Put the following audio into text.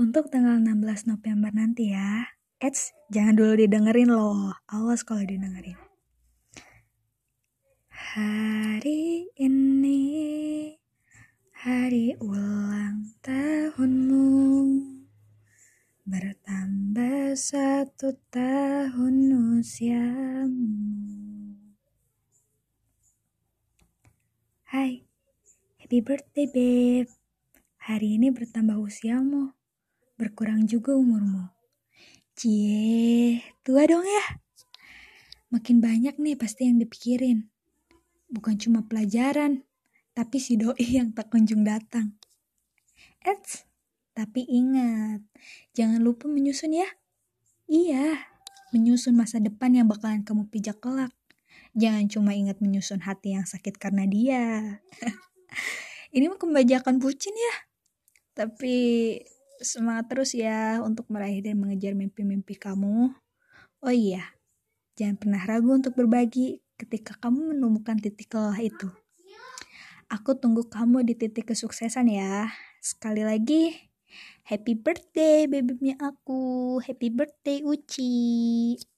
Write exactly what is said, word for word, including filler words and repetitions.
Untuk tanggal enam belas November nanti ya. Eits, jangan dulu didengerin loh. Awas kalau didengerin. Hari ini hari ulang tahunmu, bertambah satu tahun usiamu. Hai, happy birthday babe. Hari ini bertambah usiamu, berkurang juga umurmu. Cie, tua dong ya. Makin banyak nih pasti yang dipikirin. Bukan cuma pelajaran, tapi si doi yang tak kunjung datang. Eits, tapi ingat, jangan lupa menyusun ya. Iya, menyusun masa depan yang bakalan kamu pijak kelak. Jangan cuma ingat menyusun hati yang sakit karena dia. Ini mah kebajakan bucin ya. Tapi semangat terus ya untuk meraih dan mengejar mimpi-mimpi kamu. Oh iya, jangan pernah ragu untuk berbagi ketika kamu menemukan titik lelah itu. Aku tunggu kamu di titik kesuksesan ya. Sekali lagi, happy birthday bebeknya aku. Happy birthday Uci.